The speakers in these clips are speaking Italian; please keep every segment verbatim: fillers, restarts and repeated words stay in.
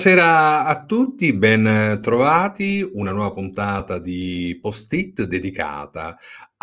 Buonasera a tutti, ben trovati. Una nuova puntata di Post-it dedicata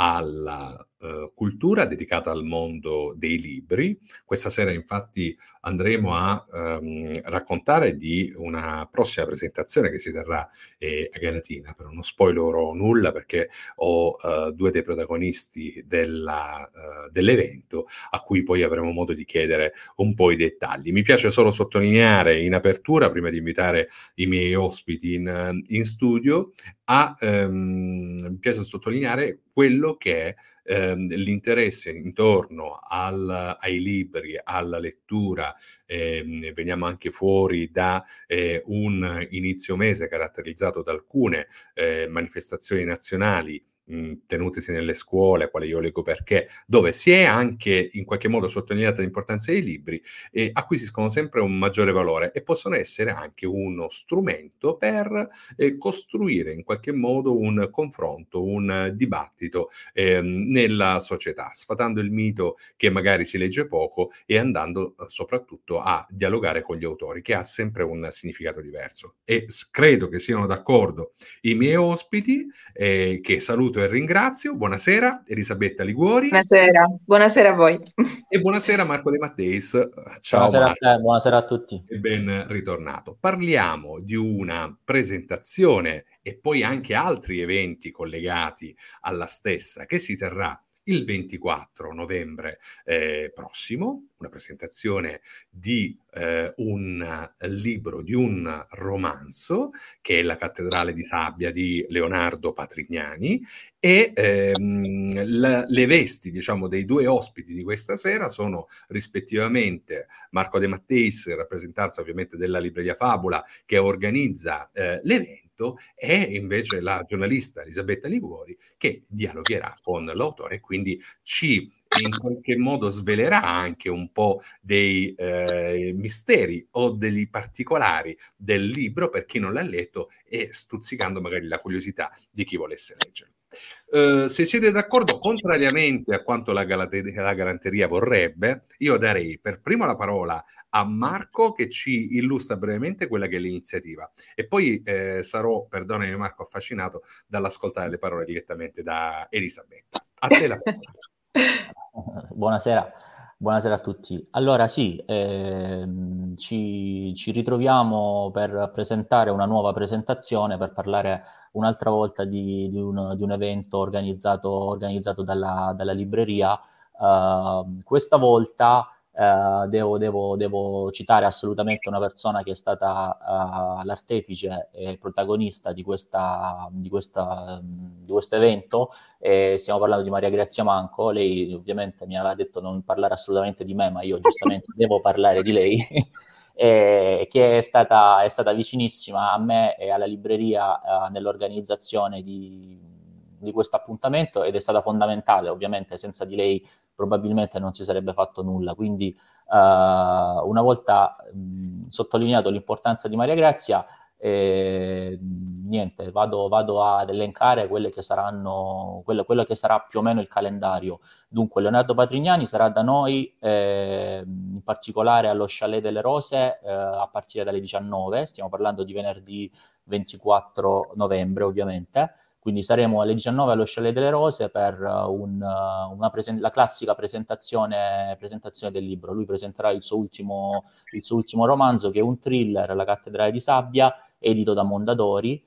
alla eh, cultura, dedicata al mondo dei libri. Questa sera infatti andremo a ehm, raccontare di una prossima presentazione che si terrà eh, a Galatina. Per non spoilerò nulla perché ho eh, due dei protagonisti della, eh, dell'evento a cui poi avremo modo di chiedere un po' i dettagli. Mi piace solo sottolineare in apertura, prima di invitare i miei ospiti in, in studio, a, ehm, mi piace sottolineare quello che è ehm, l'interesse intorno al, ai libri, alla lettura. Ehm, veniamo anche fuori da eh, un inizio mese caratterizzato da alcune eh, manifestazioni nazionali mh, tenutesi nelle scuole, quale io leggo perché, dove si è anche in qualche modo sottolineata l'importanza dei libri, eh, acquisiscono sempre un maggiore valore e possono essere anche uno strumento per eh, costruire in qualche modo un confronto, un dibattito ehm, nella società, sfatando il mito che magari si legge poco e andando eh, soprattutto a dialogare con gli autori, che ha sempre un significato diverso. E s- credo che siano d'accordo i miei ospiti, eh, che saluto e ringrazio. Buonasera Elisabetta Liguori Buonasera, buonasera a voi. e buonasera Marco De Matteis. Ciao Buonasera a Marco te, buonasera a tutti. e ben ritornato. Parliamo di una presentazione e poi anche altri eventi collegati alla stessa che si terrà il ventiquattro novembre eh, prossimo, una presentazione di eh, un libro, di un romanzo, che è La cattedrale di sabbia di Leonardo Patrignani, e ehm, la- le vesti, diciamo, dei due ospiti di questa sera sono rispettivamente Marco De Matteis, in rappresentanza ovviamente della Libreria Fabula, che organizza eh, l'evento, e invece la giornalista Elisabetta Liguori, che dialogherà con l'autore e quindi ci in qualche modo svelerà anche un po' dei eh, misteri o degli particolari del libro per chi non l'ha letto e stuzzicando magari la curiosità di chi volesse leggerlo. Uh, se siete d'accordo, contrariamente a quanto la, galate- la galanteria vorrebbe, io darei per primo la parola a Marco che ci illustra brevemente quella che è l'iniziativa e poi eh, sarò, perdonami Marco, affascinato dall'ascoltare le parole direttamente da Elisabetta. A te la parola. Buonasera, buonasera a tutti. Allora sì, ehm, ci, ci ritroviamo per presentare una nuova presentazione, per parlare un'altra volta di, di un, di un evento organizzato, organizzato dalla, dalla libreria. Uh, questa volta uh, devo, devo, devo citare assolutamente una persona che è stata uh, l'artefice e protagonista di, questa, di, questa, di questo evento. Eh, stiamo parlando di Maria Grazia Manco. Lei ovviamente mi aveva detto non parlare assolutamente di me, ma io giustamente devo parlare di lei. eh, che è stata, è stata vicinissima a me e alla libreria eh, nell'organizzazione di, di questo appuntamento ed è stata fondamentale. Ovviamente senza di lei probabilmente non si sarebbe fatto nulla. Quindi eh, una volta mh, sottolineato l'importanza di Maria Grazia, e niente, vado, vado ad elencare quelle che saranno, quello, quello che sarà più o meno il calendario. Dunque, Leonardo Patrignani sarà da noi, eh, in particolare allo Chalet delle Rose, eh, a partire dalle diciannove, stiamo parlando di venerdì ventiquattro novembre, ovviamente. Quindi saremo alle diciannove allo Chalet delle Rose per uh, un, uh, una presen- la classica presentazione, presentazione del libro. Lui presenterà il suo ultimo, il suo ultimo romanzo, che è un thriller, La cattedrale di sabbia, edito da Mondadori.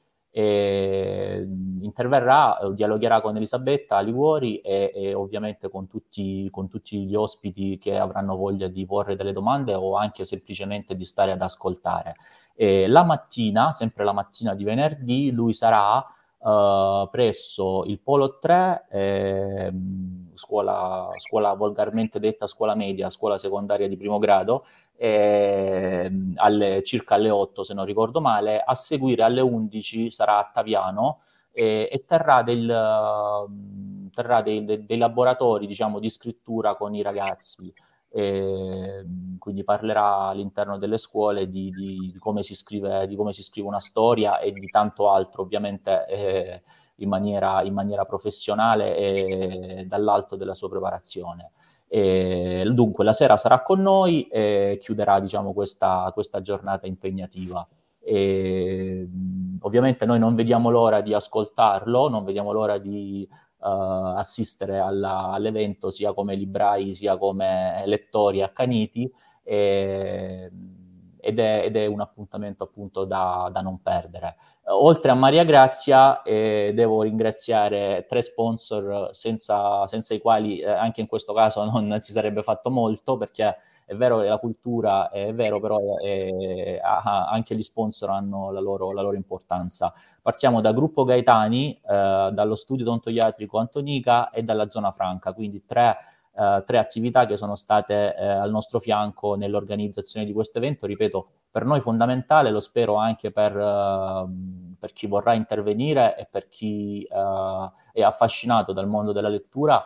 E interverrà, eh, dialogherà con Elisabetta Liguori e, e ovviamente con tutti, con tutti gli ospiti che avranno voglia di porre delle domande o anche semplicemente di stare ad ascoltare. E la mattina, sempre la mattina di venerdì, lui sarà Uh, presso il Polo tre, eh, scuola, scuola volgarmente detta scuola media, scuola secondaria di primo grado, eh, alle, circa alle otto se non ricordo male. A seguire alle undici sarà a Taviano eh, e terrà, del, uh, terrà dei, dei, dei laboratori, diciamo, di scrittura con i ragazzi. E quindi parlerà all'interno delle scuole di, di, di, come si scrive, di come si scrive una storia e di tanto altro, ovviamente eh, in maniera, in maniera professionale e dall'alto della sua preparazione. E dunque la sera sarà con noi e chiuderà, diciamo, questa, questa giornata impegnativa. E, ovviamente noi non vediamo l'ora di ascoltarlo, non vediamo l'ora di uh, assistere alla, all'evento sia come librai sia come lettori accaniti, e, ed, è, ed è un appuntamento appunto da, da non perdere. Oltre a Maria Grazia, eh, devo ringraziare tre sponsor senza, senza i quali eh, anche in questo caso non si sarebbe fatto molto, perché è vero che la cultura è vero, però eh, anche gli sponsor hanno la loro, la loro importanza. Partiamo da Gruppo Gaetani, eh, dallo studio odontoiatrico Antonica e dalla Zona Franca, quindi tre, eh, tre attività che sono state eh, al nostro fianco nell'organizzazione di questo evento, ripeto, per noi fondamentale, lo spero anche per, uh, per chi vorrà intervenire e per chi uh, è affascinato dal mondo della lettura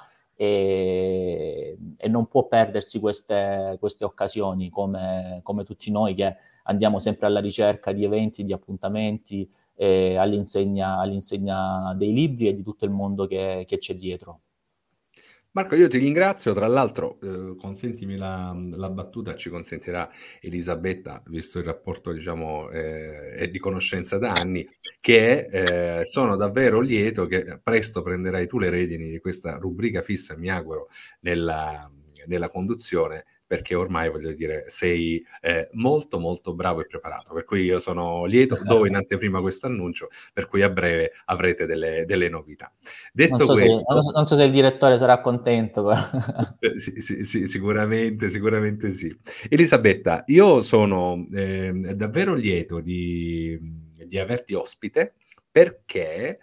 e, e non può perdersi queste, queste occasioni come, come tutti noi che andiamo sempre alla ricerca di eventi, di appuntamenti eh, all'insegna, all'insegna dei libri e di tutto il mondo che, che c'è dietro. Marco, io ti ringrazio, tra l'altro eh, consentimi la, la battuta, ci consentirà Elisabetta, visto il rapporto diciamo eh, è di conoscenza da anni, che eh, sono davvero lieto che presto prenderai tu le redini di questa rubrica fissa, mi auguro, nella, nella conduzione, perché ormai voglio dire sei eh, molto molto bravo e preparato, per cui io sono lieto, do in anteprima questo annuncio, per cui a breve avrete delle, delle novità. Detto non so questo, se, non so, non so se il direttore sarà contento, però. Eh, Sì, sì, sì, sicuramente, sicuramente sì. Elisabetta, io sono eh, davvero lieto di, di averti ospite perché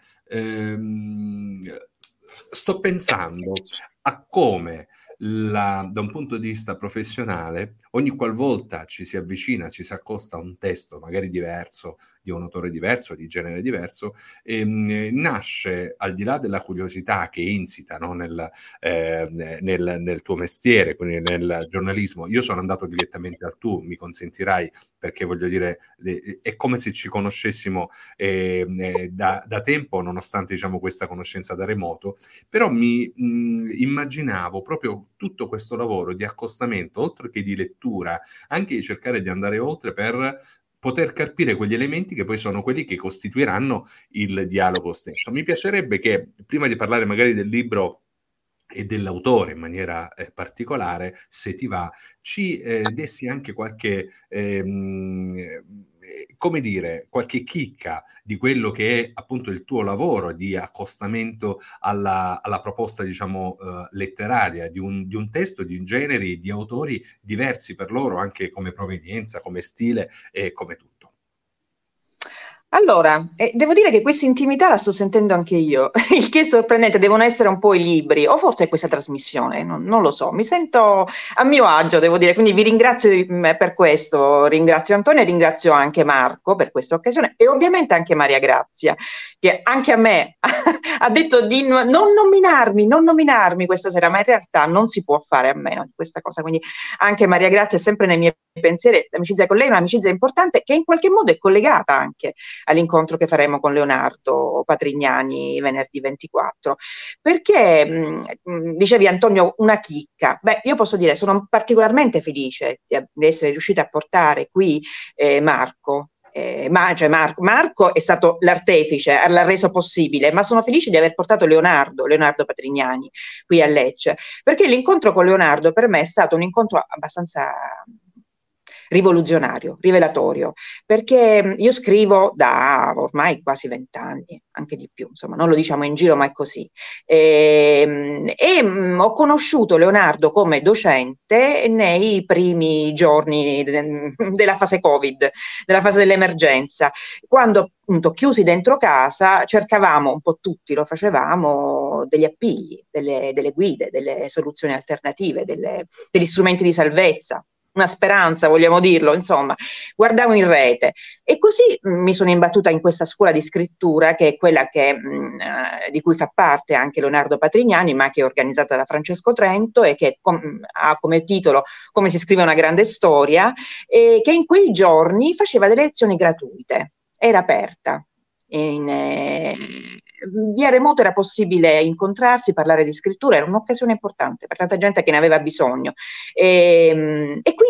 ehm, sto pensando a come la- da un punto di vista professionale, ogni qualvolta ci si avvicina, ci si accosta a un testo magari diverso, di un autore diverso, di genere diverso, ehm, nasce al di là della curiosità che insita, no, nel, eh, nel, nel tuo mestiere, quindi nel giornalismo. Io sono andato direttamente al tu, mi consentirai, perché voglio dire, eh, è come se ci conoscessimo eh, eh, da, da tempo, nonostante diciamo questa conoscenza da remoto, però mi mh, immaginavo proprio tutto questo lavoro di accostamento, oltre che di lettura, anche di cercare di andare oltre per poter capire quegli elementi che poi sono quelli che costituiranno il dialogo stesso. Mi piacerebbe che, prima di parlare magari del libro e dell'autore in maniera eh, particolare, se ti va, ci eh, dessi anche qualche, ehm, eh, come dire, qualche chicca di quello che è appunto il tuo lavoro di accostamento alla, alla proposta, diciamo, eh, letteraria di un, di un testo, di un genere, di autori diversi per loro, anche come provenienza, come stile e come tutto. Allora, eh, devo dire che questa intimità la sto sentendo anche io, il che è sorprendente, devono essere un po' i libri, o forse è questa trasmissione, non, non lo so, mi sento a mio agio, devo dire, quindi vi ringrazio mh, per questo, ringrazio Antonio e ringrazio anche Marco per questa occasione e ovviamente anche Maria Grazia, che anche a me ha detto di no, non nominarmi, non nominarmi questa sera, ma in realtà non si può fare a meno di questa cosa, quindi anche Maria Grazia è sempre nei miei pensieri, l'amicizia con lei è un'amicizia importante che in qualche modo è collegata anche all'incontro che faremo con Leonardo Patrignani venerdì ventiquattro. Perché, mh, dicevi Antonio, una chicca. Beh, io posso dire, sono particolarmente felice di, di essere riuscita a portare qui eh, Marco. Eh, ma, cioè Marco, Marco è stato l'artefice, l'ha reso possibile, ma sono felice di aver portato Leonardo, Leonardo Patrignani qui a Lecce, perché l'incontro con Leonardo per me è stato un incontro abbastanza rivoluzionario, rivelatorio, perché io scrivo da ormai quasi vent'anni, anche di più, insomma, non lo diciamo in giro, ma è così. E, e mh, ho conosciuto Leonardo come docente nei primi giorni de, della fase Covid, della fase dell'emergenza, quando appunto chiusi dentro casa cercavamo, un po' tutti lo facevamo, degli appigli, delle, delle guide, delle soluzioni alternative, delle, degli strumenti di salvezza, una speranza, vogliamo dirlo, insomma, guardavo in rete e così mh, mi sono imbattuta in questa scuola di scrittura che è quella che, mh, eh, di cui fa parte anche Leonardo Patrignani, ma che è organizzata da Francesco Trento e che com- ha come titolo Come si scrive una grande storia, e che in quei giorni faceva delle lezioni gratuite, era aperta. In, eh, via remoto era possibile incontrarsi, parlare di scrittura, era un'occasione importante per tanta gente che ne aveva bisogno. E, e quindi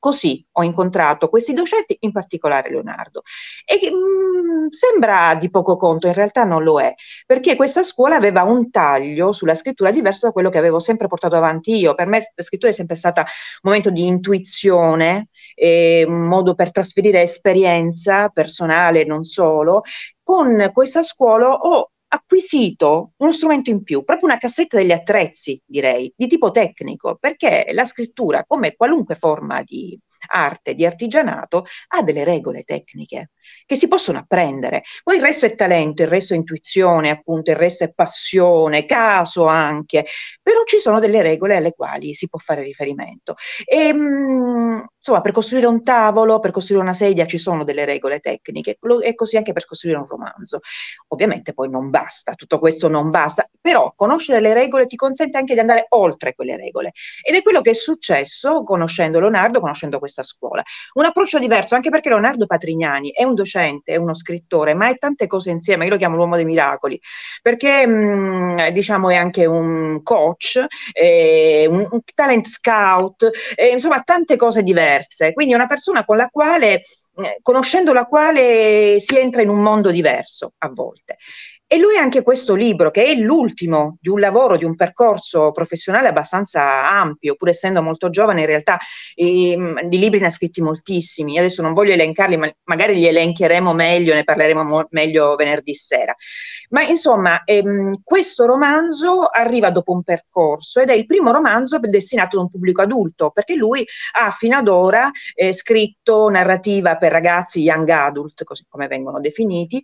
così ho incontrato questi docenti, in particolare Leonardo. E mh, sembra di poco conto, in realtà non lo è, perché questa scuola aveva un taglio sulla scrittura diverso da quello che avevo sempre portato avanti io. Per me la scrittura è sempre stata un momento di intuizione, eh, un modo per trasferire esperienza personale, non solo. Con questa scuola ho acquisito uno strumento in più, proprio una cassetta degli attrezzi, direi, di tipo tecnico, perché la scrittura, come qualunque forma di arte, di artigianato, ha delle regole tecniche che si possono apprendere. Poi il resto è talento, il resto è intuizione, appunto, il resto è passione, caso anche, però ci sono delle regole alle quali si può fare riferimento. E, mh, insomma, per costruire un tavolo, per costruire una sedia ci sono delle regole tecniche, e così anche per costruire un romanzo. Ovviamente poi non basta, tutto questo non basta, però conoscere le regole ti consente anche di andare oltre quelle regole, ed è quello che è successo conoscendo Leonardo, conoscendo questa scuola. Un approccio diverso, anche perché Leonardo Patrignani è un docente, è uno scrittore, ma è tante cose insieme. Io lo chiamo l'uomo dei miracoli, perché mh, diciamo è anche un coach, eh, un, un talent scout, eh, insomma tante cose diverse, quindi è una persona con la quale, eh, conoscendo la quale si entra in un mondo diverso a volte. E lui ha anche questo libro, che è l'ultimo di un lavoro, di un percorso professionale abbastanza ampio, pur essendo molto giovane, in realtà ehm, di libri ne ha scritti moltissimi. Adesso non voglio elencarli, ma magari li elencheremo meglio, ne parleremo mo- meglio venerdì sera. Ma insomma, ehm, questo romanzo arriva dopo un percorso ed è il primo romanzo destinato ad un pubblico adulto, perché lui ha fino ad ora eh, scritto narrativa per ragazzi, young adult, così come vengono definiti,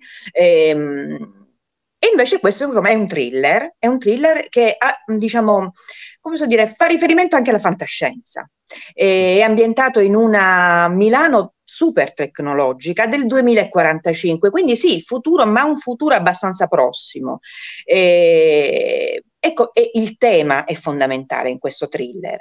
ehm, e invece questo è un, è un thriller, è un thriller che ha, diciamo, come so dire, fa riferimento anche alla fantascienza. È ambientato in una Milano super tecnologica del duemilaquarantacinque, quindi sì, il futuro, ma un futuro abbastanza prossimo. E, ecco, e il tema è fondamentale in questo thriller.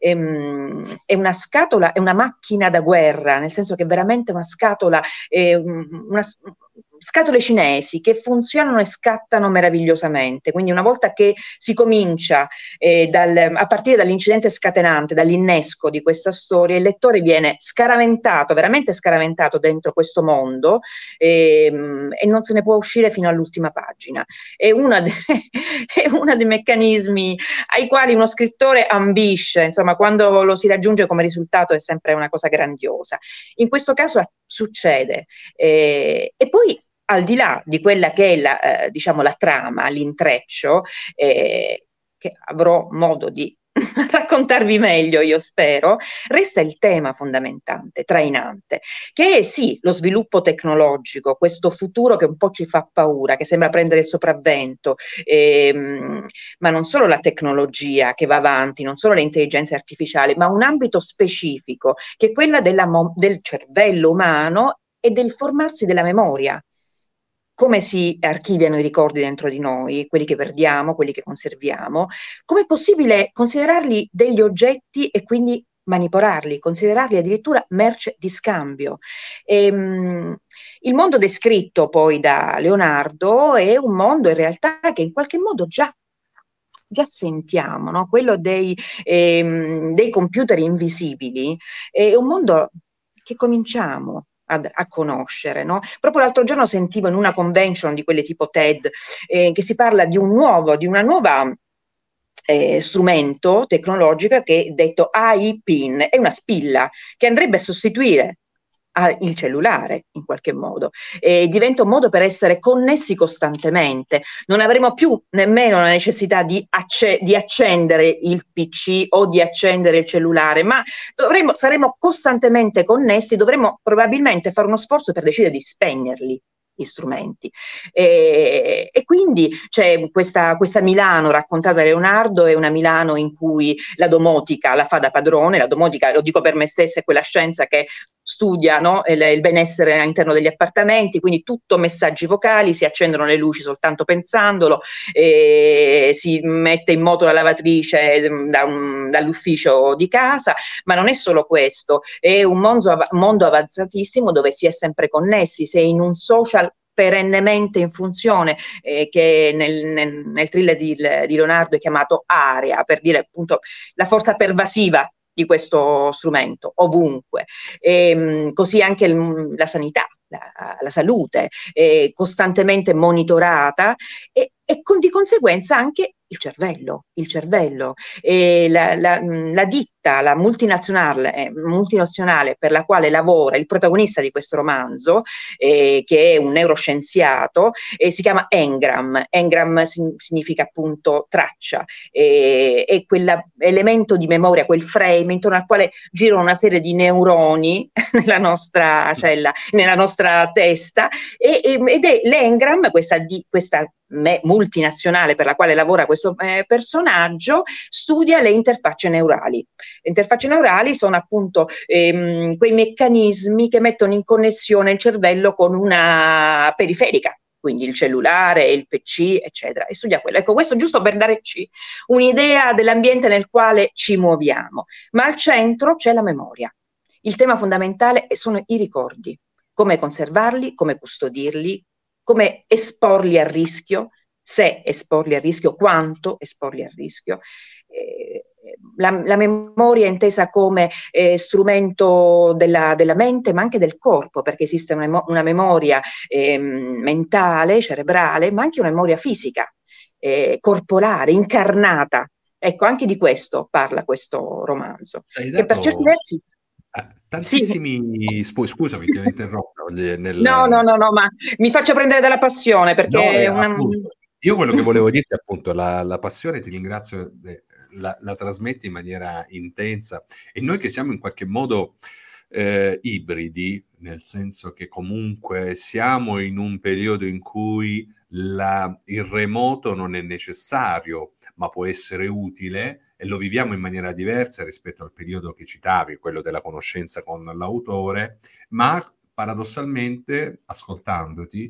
Ehm, è una scatola, è una macchina da guerra, nel senso che è veramente una scatola, eh, una scatole cinesi che funzionano e scattano meravigliosamente. Quindi una volta che si comincia eh, dal, a partire dall'incidente scatenante, dall'innesco di questa storia, il lettore viene scaraventato, veramente scaraventato dentro questo mondo ehm, e non se ne può uscire fino all'ultima pagina. È una de- è uno dei meccanismi ai quali uno scrittore ambisce, insomma, quando lo si raggiunge come risultato è sempre una cosa grandiosa. In questo caso succede. Eh, e poi al di là di quella che è la, eh, diciamo, la trama, l'intreccio, eh, che avrò modo di raccontarvi meglio, io spero, resta il tema fondamentale, trainante, che è sì lo sviluppo tecnologico, questo futuro che un po' ci fa paura, che sembra prendere il sopravvento, ehm, ma non solo la tecnologia che va avanti, non solo le intelligenze artificiali, ma un ambito specifico, che è quella della mo- del cervello umano e del formarsi della memoria. Come si archiviano i ricordi dentro di noi, quelli che perdiamo, quelli che conserviamo, com'è possibile considerarli degli oggetti e quindi manipolarli, considerarli addirittura merce di scambio. Ehm, il mondo descritto poi da Leonardo è un mondo in realtà che in qualche modo già già sentiamo, no? Quello dei, ehm, dei computer invisibili, è un mondo che cominciamo A, a conoscere, no? Proprio l'altro giorno sentivo in una convention di quelle tipo TED eh, che si parla di un nuovo, di una nuova eh, strumento tecnologico che è detto A I PIN, è una spilla che andrebbe a sostituire il cellulare in qualche modo, e diventa un modo per essere connessi costantemente. Non avremo più nemmeno la necessità di, acce- di accendere il P C o di accendere il cellulare, ma dovremo, saremo costantemente connessi, dovremo probabilmente fare uno sforzo per decidere di spegnerli gli strumenti. E, e quindi c'è questa, questa Milano raccontata da Leonardo, è una Milano in cui la domotica la fa da padrone. La domotica, lo dico per me stessa, è quella scienza che studia, no, il, il benessere all'interno degli appartamenti, quindi tutto messaggi vocali, si accendono le luci soltanto pensandolo, e si mette in moto la lavatrice da un, dall'ufficio di casa, ma non è solo questo, è un mondo, mondo avanzatissimo dove si è sempre connessi, si è in un social perennemente in funzione, eh, che nel, nel, nel thriller di, di Leonardo è chiamato Area, per dire appunto la forza pervasiva di questo strumento, ovunque. E, così anche il, la sanità, la, la salute, è costantemente monitorata e, e con, di conseguenza anche il cervello, il cervello. E la, la, la ditta, la multinazionale, eh, multinazionale per la quale lavora il protagonista di questo romanzo, eh, che è un neuroscienziato, eh, si chiama Engram. Engram sin- significa appunto traccia, eh, è quell'elemento di memoria, quel frame intorno al quale girano una serie di neuroni nella nostra cella, nella nostra testa, e, e, ed è l'Engram, questa, di, questa me, multinazionale per la quale lavora questo eh, personaggio, studia le interfacce neurali. Le interfacce neurali sono appunto ehm, quei meccanismi che mettono in connessione il cervello con una periferica, quindi il cellulare, il P C, eccetera, e studia quello. Ecco, questo giusto per darci un'idea dell'ambiente nel quale ci muoviamo. Ma al centro c'è la memoria. Il tema fondamentale sono i ricordi, come conservarli, come custodirli, come esporli a rischio, se esporli a rischio, quanto esporli a rischio. Eh, la, la memoria è intesa come eh, strumento della, della mente, ma anche del corpo, perché esiste una, una memoria eh, mentale, cerebrale, ma anche una memoria fisica, eh, corporale, incarnata. Ecco, anche di questo parla questo romanzo. Hai Che per certi dato versi... eh, tantissimi... Sì. Scu- scusami, ti ho interrotto. Nel... No, no, no, no, ma mi faccio prendere dalla passione, perché No, eh, è una... appunto. Io quello che volevo dirti appunto, la, la passione, ti ringrazio, eh, la, la trasmetti in maniera intensa, e noi che siamo in qualche modo eh, ibridi, nel senso che comunque siamo in un periodo in cui la, il remoto non è necessario, ma può essere utile, e lo viviamo in maniera diversa rispetto al periodo che citavi, quello della conoscenza con l'autore, ma paradossalmente, ascoltandoti,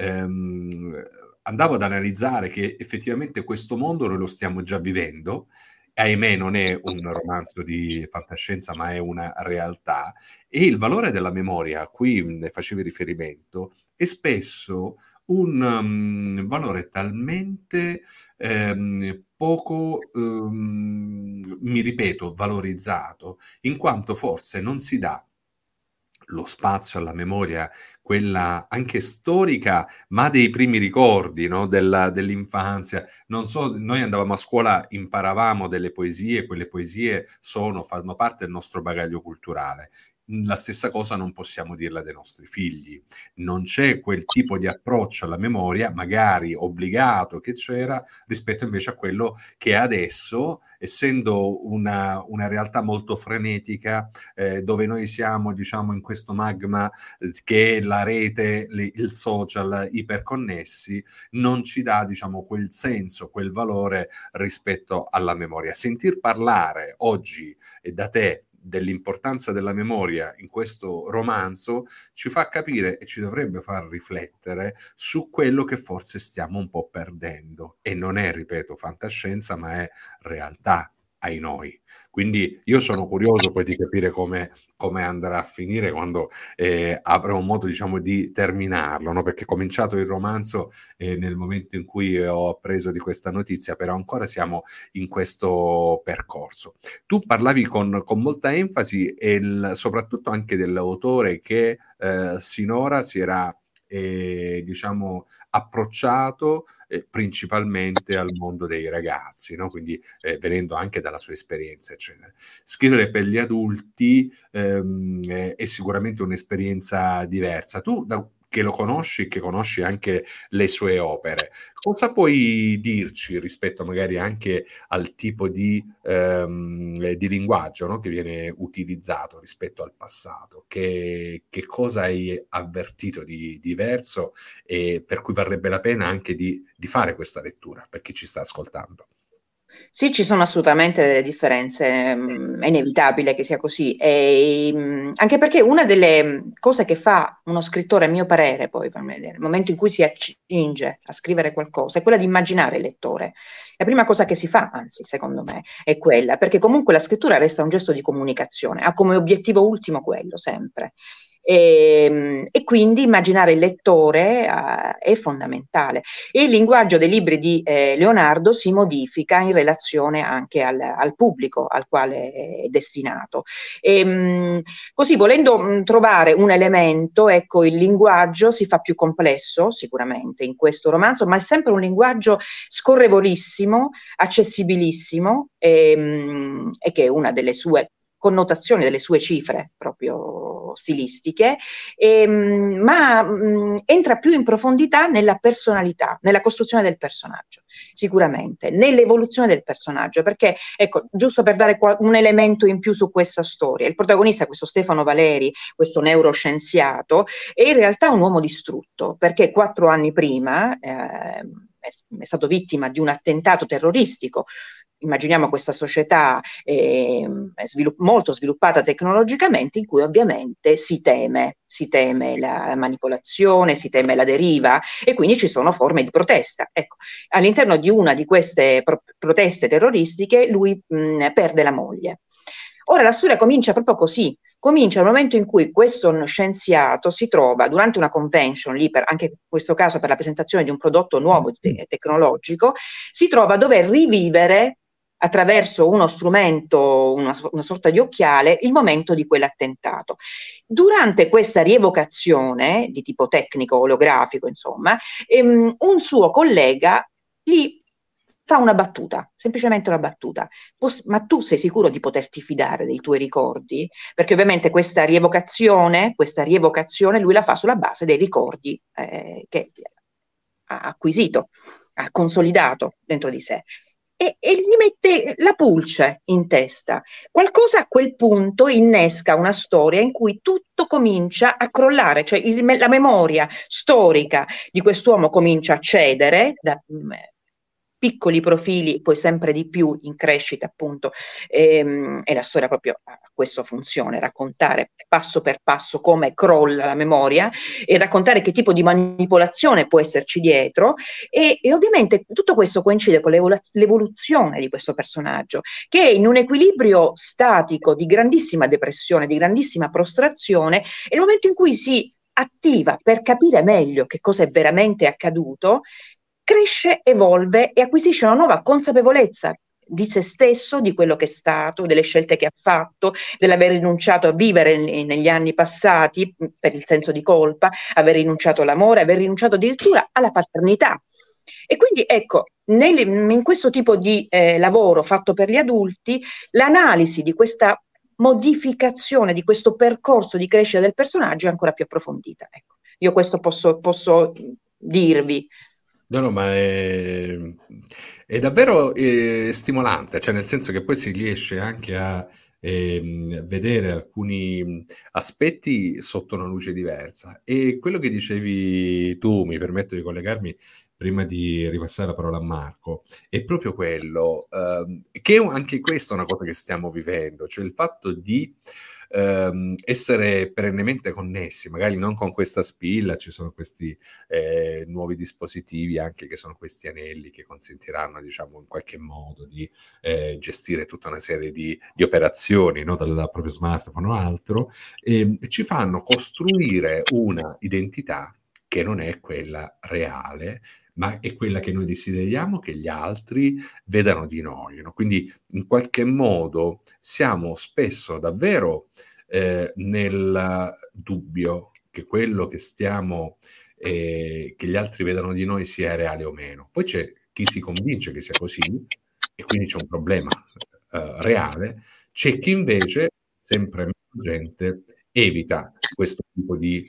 ehm, andavo ad analizzare che effettivamente questo mondo noi lo stiamo già vivendo. Ahimè, non è un romanzo di fantascienza, ma è una realtà. E il valore della memoria, a cui ne facevi riferimento, è spesso un um, valore talmente um, poco, um, mi ripeto, valorizzato, in quanto forse non si dà lo spazio alla memoria, quella anche storica, ma dei primi ricordi, no? Della, dell'infanzia. Non so, noi andavamo a scuola, imparavamo delle poesie, quelle poesie sono, fanno parte del nostro bagaglio culturale. La stessa cosa non possiamo dirla dei nostri figli. Non c'è quel tipo di approccio alla memoria, magari obbligato, che c'era, rispetto invece a quello che adesso, essendo una, una realtà molto frenetica, eh, dove noi siamo, diciamo, in questo magma eh, che è la rete, le, il social, iperconnessi, non ci dà, diciamo, quel senso, quel valore rispetto alla memoria. Sentir parlare oggi e da te dell'importanza della memoria in questo romanzo ci fa capire e ci dovrebbe far riflettere su quello che forse stiamo un po' perdendo, e non è, ripeto, fantascienza, ma è realtà ai noi. Quindi io sono curioso poi di capire come, come andrà a finire quando eh, avrò modo, diciamo, di terminarlo, no? Perché ho cominciato il romanzo eh, nel momento in cui ho appreso di questa notizia, però ancora siamo in questo percorso. Tu parlavi con, con molta enfasi e il, soprattutto anche dell'autore che eh, sinora si era eh, diciamo approcciato eh, principalmente al mondo dei ragazzi, no? Quindi eh, venendo anche dalla sua esperienza, eccetera. Scrivere per gli adulti ehm, è, è sicuramente un'esperienza diversa. Tu, da, che lo conosci, che conosci anche le sue opere, cosa puoi dirci rispetto magari anche al tipo di, ehm, di linguaggio, no? Che viene utilizzato rispetto al passato? Che, che cosa hai avvertito di diverso e per cui varrebbe la pena anche di, di fare questa lettura per chi ci sta ascoltando? Sì, ci sono assolutamente delle differenze, mh, è inevitabile che sia così, e, mh, anche perché una delle cose che fa uno scrittore, a mio parere, poi fammi vedere, nel momento in cui si accinge a scrivere qualcosa, è quella di immaginare il lettore. La prima cosa che si fa, anzi, secondo me, è quella, perché comunque la scrittura resta un gesto di comunicazione, ha come obiettivo ultimo quello, sempre. E, e quindi immaginare il lettore uh, è fondamentale. E il linguaggio dei libri di eh, Leonardo si modifica in relazione anche al, al pubblico al quale è destinato. E, mh, così, volendo mh, trovare un elemento, ecco, il linguaggio si fa più complesso sicuramente in questo romanzo, ma è sempre un linguaggio scorrevolissimo, accessibilissimo e, mh, e che è una delle sue connotazioni, delle sue cifre proprio stilistiche, e, ma mh, entra più in profondità nella personalità, nella costruzione del personaggio, sicuramente, nell'evoluzione del personaggio, perché, ecco, giusto per dare un elemento in più su questa storia, il protagonista, questo Stefano Valeri, questo neuroscienziato, è in realtà un uomo distrutto, perché quattro anni prima eh, è, è stato vittima di un attentato terroristico. Immaginiamo questa società eh, svilupp- molto sviluppata tecnologicamente, in cui ovviamente si teme, si teme la manipolazione, si teme la deriva, e quindi ci sono forme di protesta. Ecco, all'interno di una di queste pro- proteste terroristiche lui mh, perde la moglie. Ora la storia comincia proprio così, comincia nel momento in cui questo scienziato si trova durante una convention, lì per, anche in questo caso per la presentazione di un prodotto nuovo te- tecnologico, si trova a dover rivivere attraverso uno strumento, una, una sorta di occhiale, il momento di quell'attentato. Durante questa rievocazione di tipo tecnico, olografico, insomma, ehm, un suo collega gli fa una battuta, semplicemente una battuta. Poss- ma tu sei sicuro di poterti fidare dei tuoi ricordi? Perché ovviamente questa rievocazione, questa rievocazione lui la fa sulla base dei ricordi eh, che ha acquisito, ha consolidato dentro di sé. E, e gli mette la pulce in testa. Qualcosa a quel punto innesca una storia in cui tutto comincia a crollare, cioè il, la memoria storica di quest'uomo comincia a cedere da piccoli profili, poi sempre di più in crescita, appunto, ehm, e la storia proprio ha questa funzione, raccontare passo per passo come crolla la memoria e raccontare che tipo di manipolazione può esserci dietro, e, e ovviamente tutto questo coincide con l'evoluzione di questo personaggio, che è in un equilibrio statico di grandissima depressione, di grandissima prostrazione, e nel momento in cui si attiva per capire meglio che cosa è veramente accaduto, cresce, evolve e acquisisce una nuova consapevolezza di se stesso, di quello che è stato, delle scelte che ha fatto, dell'aver rinunciato a vivere negli anni passati per il senso di colpa, aver rinunciato all'amore, aver rinunciato addirittura alla paternità. E quindi ecco, nel, in questo tipo di eh, lavoro fatto per gli adulti, l'analisi di questa modificazione, di questo percorso di crescita del personaggio è ancora più approfondita. Ecco, io questo posso, posso dirvi. No, no, ma è, è davvero eh, stimolante, cioè nel senso che poi si riesce anche a ehm, vedere alcuni aspetti sotto una luce diversa. E quello che dicevi tu, mi permetto di collegarmi prima di ripassare la parola a Marco, è proprio quello, ehm, che è anche questa è una cosa che stiamo vivendo, cioè il fatto di ehm, essere perennemente connessi, magari non con questa spilla, ci sono questi eh, nuovi dispositivi anche che sono questi anelli che consentiranno, diciamo, in qualche modo di eh, gestire tutta una serie di, di operazioni, no, dal proprio smartphone o altro, e ci fanno costruire una identità che non è quella reale, ma è quella che noi desideriamo che gli altri vedano di noi, no? Quindi in qualche modo siamo spesso davvero eh, nel dubbio che quello che stiamo, eh, che gli altri vedano di noi sia reale o meno. Poi c'è chi si convince che sia così e quindi c'è un problema eh, reale, c'è chi invece, sempre meno gente, evita questo tipo di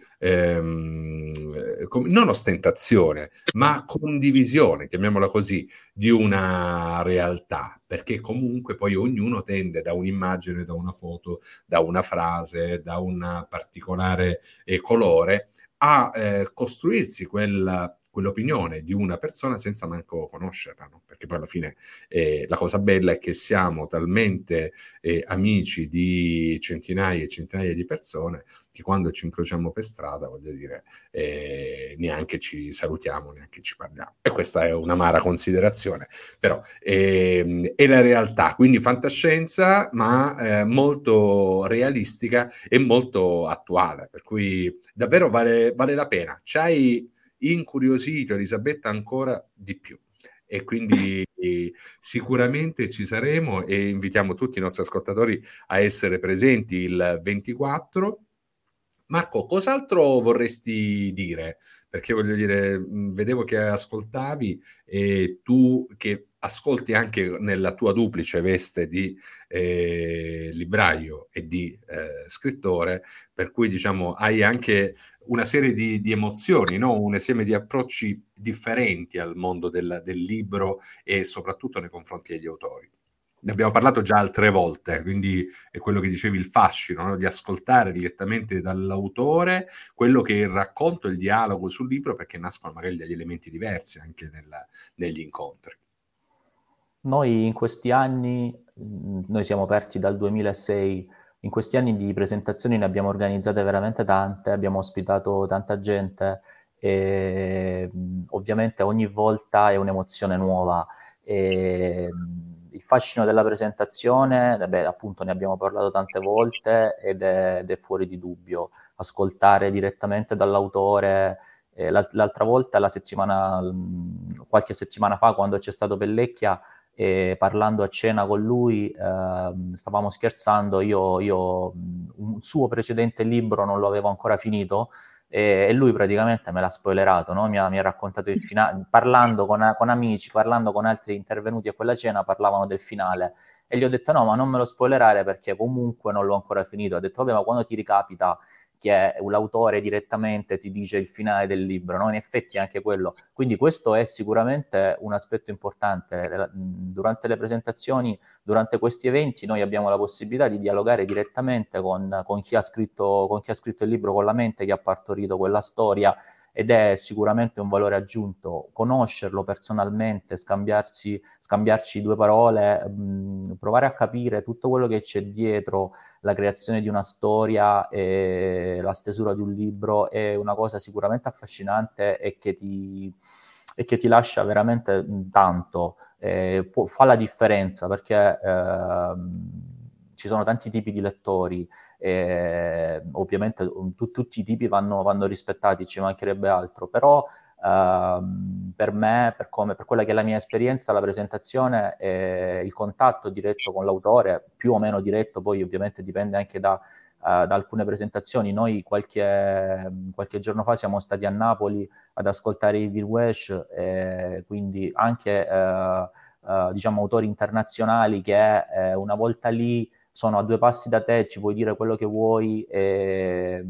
ehm, com- non ostentazione, ma condivisione, chiamiamola così, di una realtà, perché comunque poi ognuno tende da un'immagine, da una foto, da una frase, da un particolare eh, colore a eh, costruirsi quella quell'opinione di una persona senza manco conoscerla, no? Perché poi alla fine eh, la cosa bella è che siamo talmente eh, amici di centinaia e centinaia di persone che quando ci incrociamo per strada, voglio dire, eh, neanche ci salutiamo, neanche ci parliamo. E questa è un'amara considerazione, però eh, è la realtà, quindi fantascienza, ma eh, molto realistica e molto attuale, per cui davvero vale, vale la pena. Ci hai incuriosito, Elisabetta, ancora di più. E quindi eh, sicuramente ci saremo e invitiamo tutti i nostri ascoltatori a essere presenti il ventiquattro. Marco, cos'altro vorresti dire? Perché voglio dire, mh, vedevo che ascoltavi e tu che ascolti anche nella tua duplice veste di eh, libraio e di eh, scrittore, per cui diciamo hai anche una serie di, di emozioni, no? Un insieme di approcci differenti al mondo del, del libro e soprattutto nei confronti degli autori. Ne abbiamo parlato già altre volte, quindi è quello che dicevi, il fascino, no? Di ascoltare direttamente dall'autore quello che è il racconto, il dialogo sul libro, perché nascono magari degli elementi diversi anche nel, negli incontri. Noi in questi anni, noi siamo aperti dal duemilasei, in questi anni di presentazioni ne abbiamo organizzate veramente tante, abbiamo ospitato tanta gente e ovviamente ogni volta è un'emozione nuova. E il fascino della presentazione, beh, appunto ne abbiamo parlato tante volte ed è, ed è fuori di dubbio. Ascoltare direttamente dall'autore. Eh, l'altra volta, la settimana, qualche settimana fa, quando c'è stato Pellecchia, e parlando a cena con lui, eh, stavamo scherzando, io, io un suo precedente libro non lo avevo ancora finito e, e lui praticamente me l'ha spoilerato, no? mi, ha, mi ha raccontato il finale, parlando con, con amici, parlando con altri intervenuti a quella cena, parlavano del finale e gli ho detto no, ma non me lo spoilerare perché comunque non l'ho ancora finito. Ha detto vabbè, ma quando ti ricapita che l'autore direttamente ti dice il finale del libro, no? In effetti è anche quello. Quindi questo è sicuramente un aspetto importante. Durante le presentazioni, durante questi eventi, noi abbiamo la possibilità di dialogare direttamente con, con, chi ha scritto, con chi ha scritto il libro, con la mente che ha partorito quella storia, ed è sicuramente un valore aggiunto. Conoscerlo personalmente, scambiarsi, scambiarci due parole, mh, provare a capire tutto quello che c'è dietro la creazione di una storia e la stesura di un libro è una cosa sicuramente affascinante e che ti, e che ti lascia veramente tanto. Eh, può, fa la differenza perché eh, ci sono tanti tipi di lettori. Eh, ovviamente tu, tutti i tipi vanno, vanno rispettati, ci mancherebbe altro, però Uh, per me, per, come, per quella che è la mia esperienza, la presentazione e il contatto diretto con l'autore, più o meno diretto, poi ovviamente dipende anche da, uh, da alcune presentazioni. Noi qualche, qualche giorno fa siamo stati a Napoli ad ascoltare Evil Wesh, eh, quindi anche uh, uh, diciamo autori internazionali che eh, una volta lì sono a due passi da te, ci puoi dire quello che vuoi. E,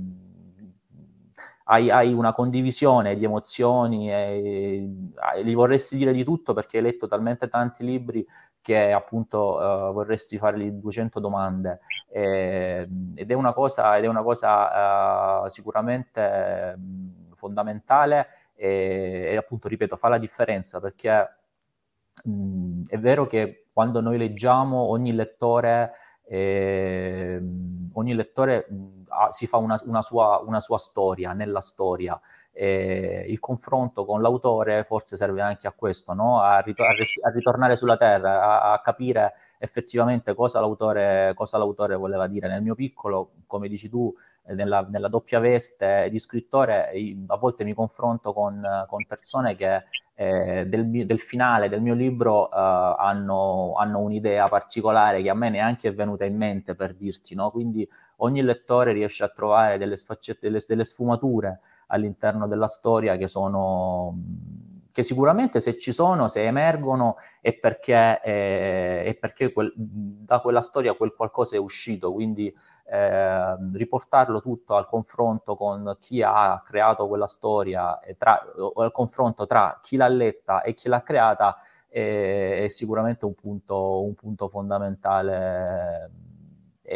hai, hai una condivisione di emozioni e, e gli vorresti dire di tutto perché hai letto talmente tanti libri che appunto uh, vorresti fargli duecento domande e, ed è una cosa, ed è una cosa uh, sicuramente mh, fondamentale e, e appunto ripeto fa la differenza perché mh, è vero che quando noi leggiamo ogni lettore eh, ogni lettore mh, ha, si fa una, una, sua, una sua storia nella storia. Eh, il confronto con l'autore forse serve anche a questo, no? a, ritor- a, res- a ritornare sulla terra, a, a capire effettivamente cosa l'autore, cosa l'autore voleva dire. Nel mio piccolo, come dici tu, nella, nella doppia veste di scrittore, a volte mi confronto con, con persone che eh, del, del finale del mio libro eh, hanno, hanno un'idea particolare che a me neanche è venuta in mente, per dirti, no? Quindi ogni lettore riesce a trovare delle sfaccette, delle, delle sfumature all'interno della storia che sono che sicuramente se ci sono, se emergono è perché, eh, è perché quel, da quella storia quel qualcosa è uscito, quindi eh, riportarlo tutto al confronto con chi ha creato quella storia, e tra, o al confronto tra chi l'ha letta e chi l'ha creata è, è sicuramente un punto, un punto fondamentale. È,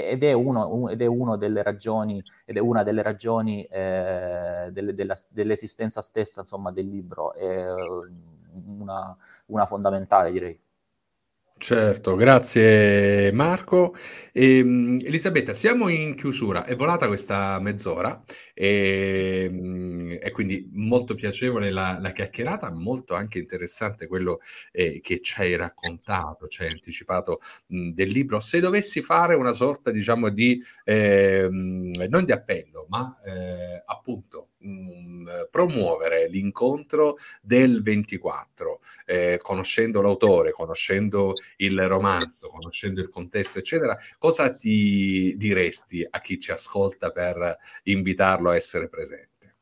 ed è, uno, ed è uno delle ragioni, ed è una delle ragioni eh, delle, della, dell'esistenza stessa, insomma, del libro, è una, una fondamentale, direi. Certo, grazie Marco. Ehm, Elisabetta, siamo in chiusura, è volata questa mezz'ora e, mm, e quindi molto piacevole la, la chiacchierata, molto anche interessante quello eh, che ci hai raccontato, ci hai anticipato mh, del libro. Se dovessi fare una sorta, diciamo, di, ehm, non di appello, ma eh, appunto mh, promuovere l'incontro del ventiquattro, eh, conoscendo l'autore, conoscendo il romanzo, conoscendo il contesto, eccetera, cosa ti diresti a chi ci ascolta per invitarlo a essere presente?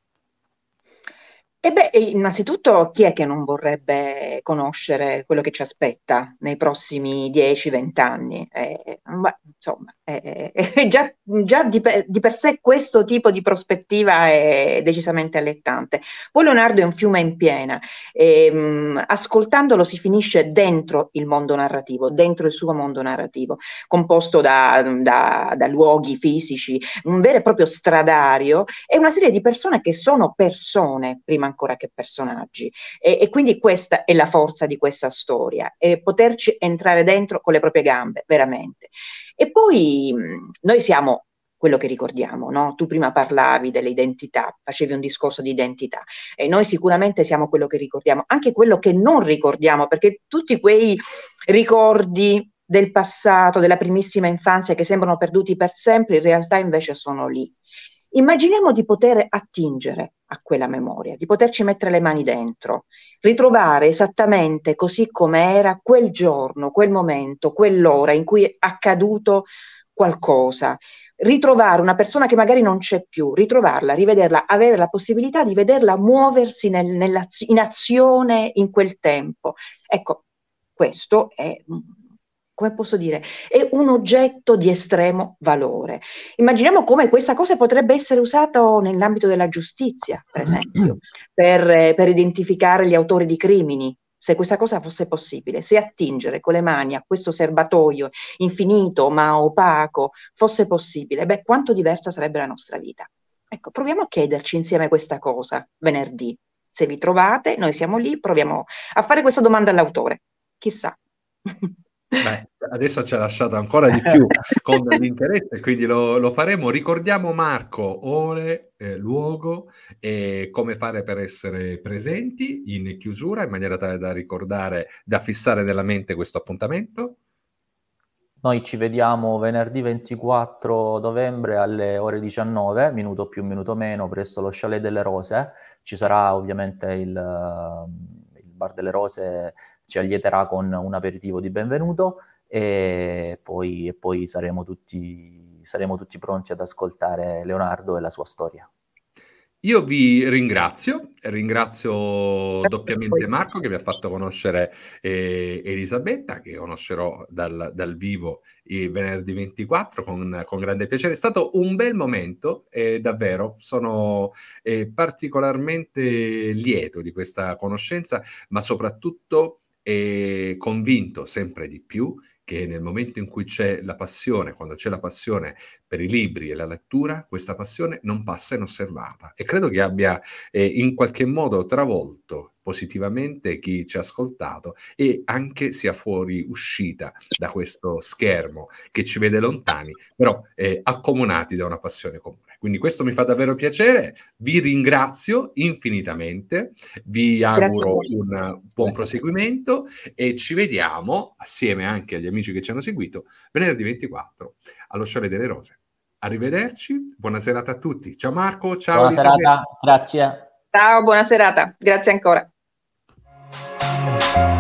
E beh, innanzitutto chi è che non vorrebbe conoscere quello che ci aspetta nei prossimi dieci venti anni? Eh, ma, insomma, eh, eh, già, già di, per, di per sé questo tipo di prospettiva è decisamente allettante. Poi Leonardo è un fiume in piena, e, mh, ascoltandolo si finisce dentro il mondo narrativo, dentro il suo mondo narrativo, composto da, da, da luoghi fisici, un vero e proprio stradario, e una serie di persone che sono persone prima ancora che personaggi, e, e quindi questa è la forza di questa storia, e poterci entrare dentro con le proprie gambe, veramente. E poi mh, noi siamo quello che ricordiamo, no? Tu prima parlavi delle identità, facevi un discorso di identità, e noi sicuramente siamo quello che ricordiamo, anche quello che non ricordiamo, perché tutti quei ricordi del passato, della primissima infanzia che sembrano perduti per sempre, in realtà invece sono lì. Immaginiamo di poter attingere a quella memoria, di poterci mettere le mani dentro, ritrovare esattamente così come era quel giorno, quel momento, quell'ora in cui è accaduto qualcosa, ritrovare una persona che magari non c'è più, ritrovarla, rivederla, avere la possibilità di vederla muoversi nel, nella, in azione in quel tempo. Ecco, questo è, come posso dire, è un oggetto di estremo valore. Immaginiamo come questa cosa potrebbe essere usata nell'ambito della giustizia, per esempio, per, per identificare gli autori di crimini. Se questa cosa fosse possibile, se attingere con le mani a questo serbatoio infinito ma opaco fosse possibile, beh, quanto diversa sarebbe la nostra vita. Ecco, proviamo a chiederci insieme questa cosa venerdì. Se vi trovate, noi siamo lì, proviamo a fare questa domanda all'autore. Chissà. Beh, adesso ci ha lasciato ancora di più con l'interesse, quindi lo, lo faremo. Ricordiamo Marco, ore, eh, luogo e come fare per essere presenti in chiusura in maniera tale da ricordare, da fissare nella mente questo appuntamento. Noi ci vediamo venerdì ventiquattro novembre alle ore diciannove, minuto più, minuto meno, presso lo Chalet delle Rose. Ci sarà ovviamente il, il Bar delle Rose, ci allieterà con un aperitivo di benvenuto e poi, e poi saremo tutti, saremo tutti pronti ad ascoltare Leonardo e la sua storia. Io vi ringrazio, ringrazio doppiamente Marco che vi ha fatto conoscere eh, Elisabetta, che conoscerò dal, dal vivo il venerdì ventiquattro con, con grande piacere. È stato un bel momento, eh, davvero, sono eh, particolarmente lieto di questa conoscenza, ma soprattutto eh, convinto sempre di più che nel momento in cui c'è la passione, quando c'è la passione per i libri e la lettura, questa passione non passa inosservata. E credo che abbia eh, in qualche modo travolto positivamente chi ci ha ascoltato e anche sia fuori uscita da questo schermo che ci vede lontani, però eh, accomunati da una passione comune. Quindi questo mi fa davvero piacere, vi ringrazio infinitamente, vi auguro Grazie. un buon Grazie. proseguimento e ci vediamo assieme anche agli amici che ci hanno seguito venerdì ventiquattro allo Chalet delle Rose. Arrivederci, buona serata a tutti. Ciao Marco, ciao buona Elisabetta. serata, grazie. Ciao, buona serata, grazie ancora.